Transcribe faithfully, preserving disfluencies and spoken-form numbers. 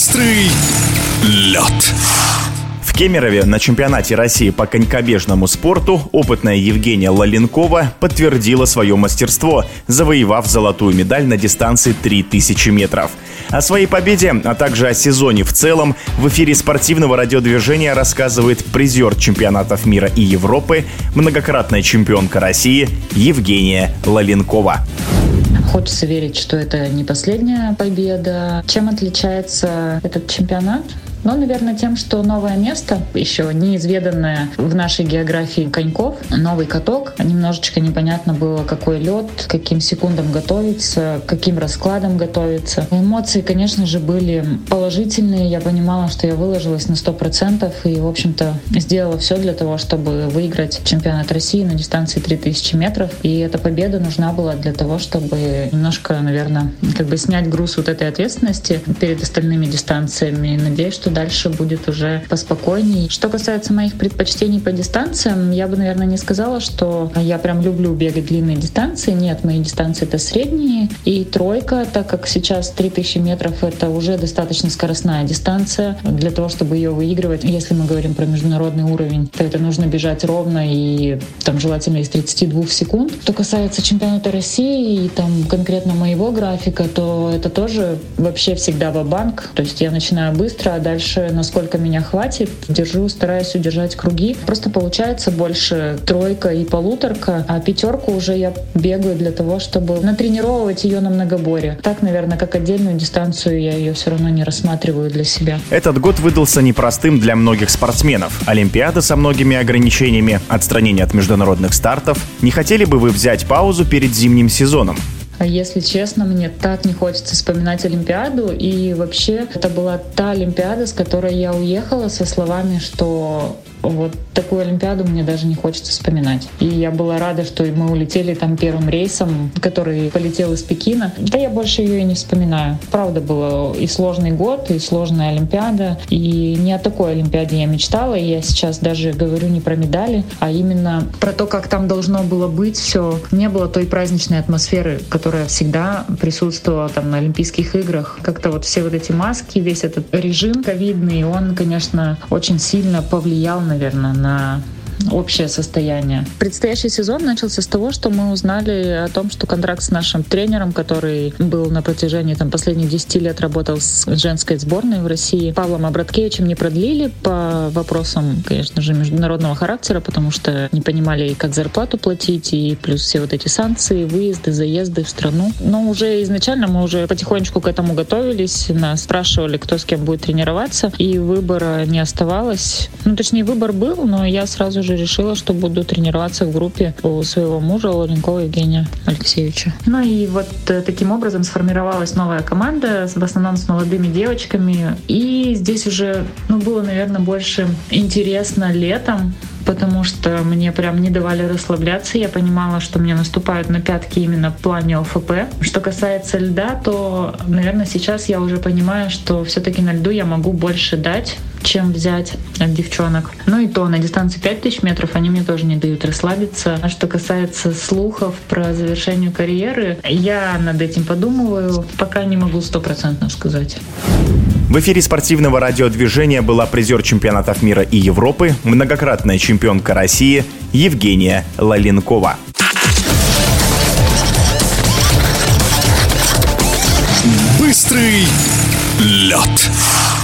Быстрый лед. В Кемерове на чемпионате России по конькобежному спорту опытная Евгения Лаленкова подтвердила свое мастерство, завоевав золотую медаль на дистанции три тысячи метров. О своей победе, а также о сезоне в целом в эфире спортивного радиодвижения рассказывает призер чемпионатов мира и Европы, многократная чемпионка России Евгения Лаленкова. Хочется верить, что это не последняя победа. Чем отличается этот чемпионат? Ну, наверное, тем, что новое место, еще неизведанное в нашей географии коньков, новый каток. Немножечко непонятно было, какой лед, каким секундам готовиться, каким раскладом готовиться. Эмоции, конечно же, были положительные. Я понимала, что я выложилась на сто процентов и, в общем-то, сделала все для того, чтобы выиграть чемпионат России на дистанции три тысячи метров. И эта победа нужна была для того, чтобы немножко, наверное, как бы снять груз вот этой ответственности перед остальными дистанциями. И надеюсь, что дальше будет уже поспокойней. Что касается моих предпочтений по дистанциям, я бы, наверное, не сказала, что я прям люблю бегать длинные дистанции. Нет, мои дистанции — это средние и тройка, так как сейчас три тысячи метров — это уже достаточно скоростная дистанция. Для того, чтобы ее выигрывать, если мы говорим про международный уровень, то это нужно бежать ровно и там желательно из тридцати двух секунд. Что касается чемпионата России и там конкретно моего графика, то это тоже вообще всегда ва-банк. То есть я начинаю быстро, а дальше, насколько меня хватит, держу, стараюсь удержать круги. Просто получается больше тройка и полуторка, а пятерку уже я бегаю для того, чтобы натренировать ее на многоборе. Так, наверное, как отдельную дистанцию я ее все равно не рассматриваю для себя. Этот год выдался непростым для многих спортсменов. Олимпиада со многими ограничениями, отстранение от международных стартов. Не хотели бы вы взять паузу перед зимним сезоном? Если честно, мне так не хочется вспоминать Олимпиаду. И вообще, это была та Олимпиада, с которой я уехала со словами, что вот такую Олимпиаду мне даже не хочется вспоминать. И я была рада, что мы улетели там первым рейсом, который полетел из Пекина. Да я больше ее и не вспоминаю. Правда, был и сложный год, и сложная Олимпиада. И не о такой Олимпиаде я мечтала. И я сейчас даже говорю не про медали, а именно про то, как там должно было быть все. Не было той праздничной атмосферы, которая всегда присутствовала там на Олимпийских играх. Как-то вот все вот эти маски, весь этот режим ковидный, он, конечно, очень сильно повлиял, наверное, на общее состояние. Предстоящий сезон начался с того, что мы узнали о том, что контракт с нашим тренером, который был на протяжении там, последних десяти лет работал с женской сборной в России, Павлом Абраткевичем, не продлили по вопросам, конечно же, международного характера, потому что не понимали, как зарплату платить, и плюс все вот эти санкции, выезды, заезды в страну. Но уже изначально мы уже потихонечку к этому готовились, нас спрашивали, кто с кем будет тренироваться, и выбора не оставалось. Ну, точнее, выбор был, но я сразу же решила, что буду тренироваться в группе у своего мужа Лаленкова Евгения Алексеевича. Ну и вот таким образом сформировалась новая команда, в основном с молодыми девочками. И здесь уже ну, было, наверное, больше интересно летом, потому что мне прям не давали расслабляться. Я понимала, что мне наступают на пятки именно в плане ОФП. Что касается льда, то, наверное, сейчас я уже понимаю, что все-таки на льду я могу больше дать, чем взять от девчонок. Ну и то, на дистанции пять тысяч метров они мне тоже не дают расслабиться. А что касается слухов про завершение карьеры, я над этим подумываю, пока не могу стопроцентно сказать. В эфире спортивного радиодвижения была призер чемпионатов мира и Европы, многократная чемпионка России Евгения Лаленкова. Быстрый лед.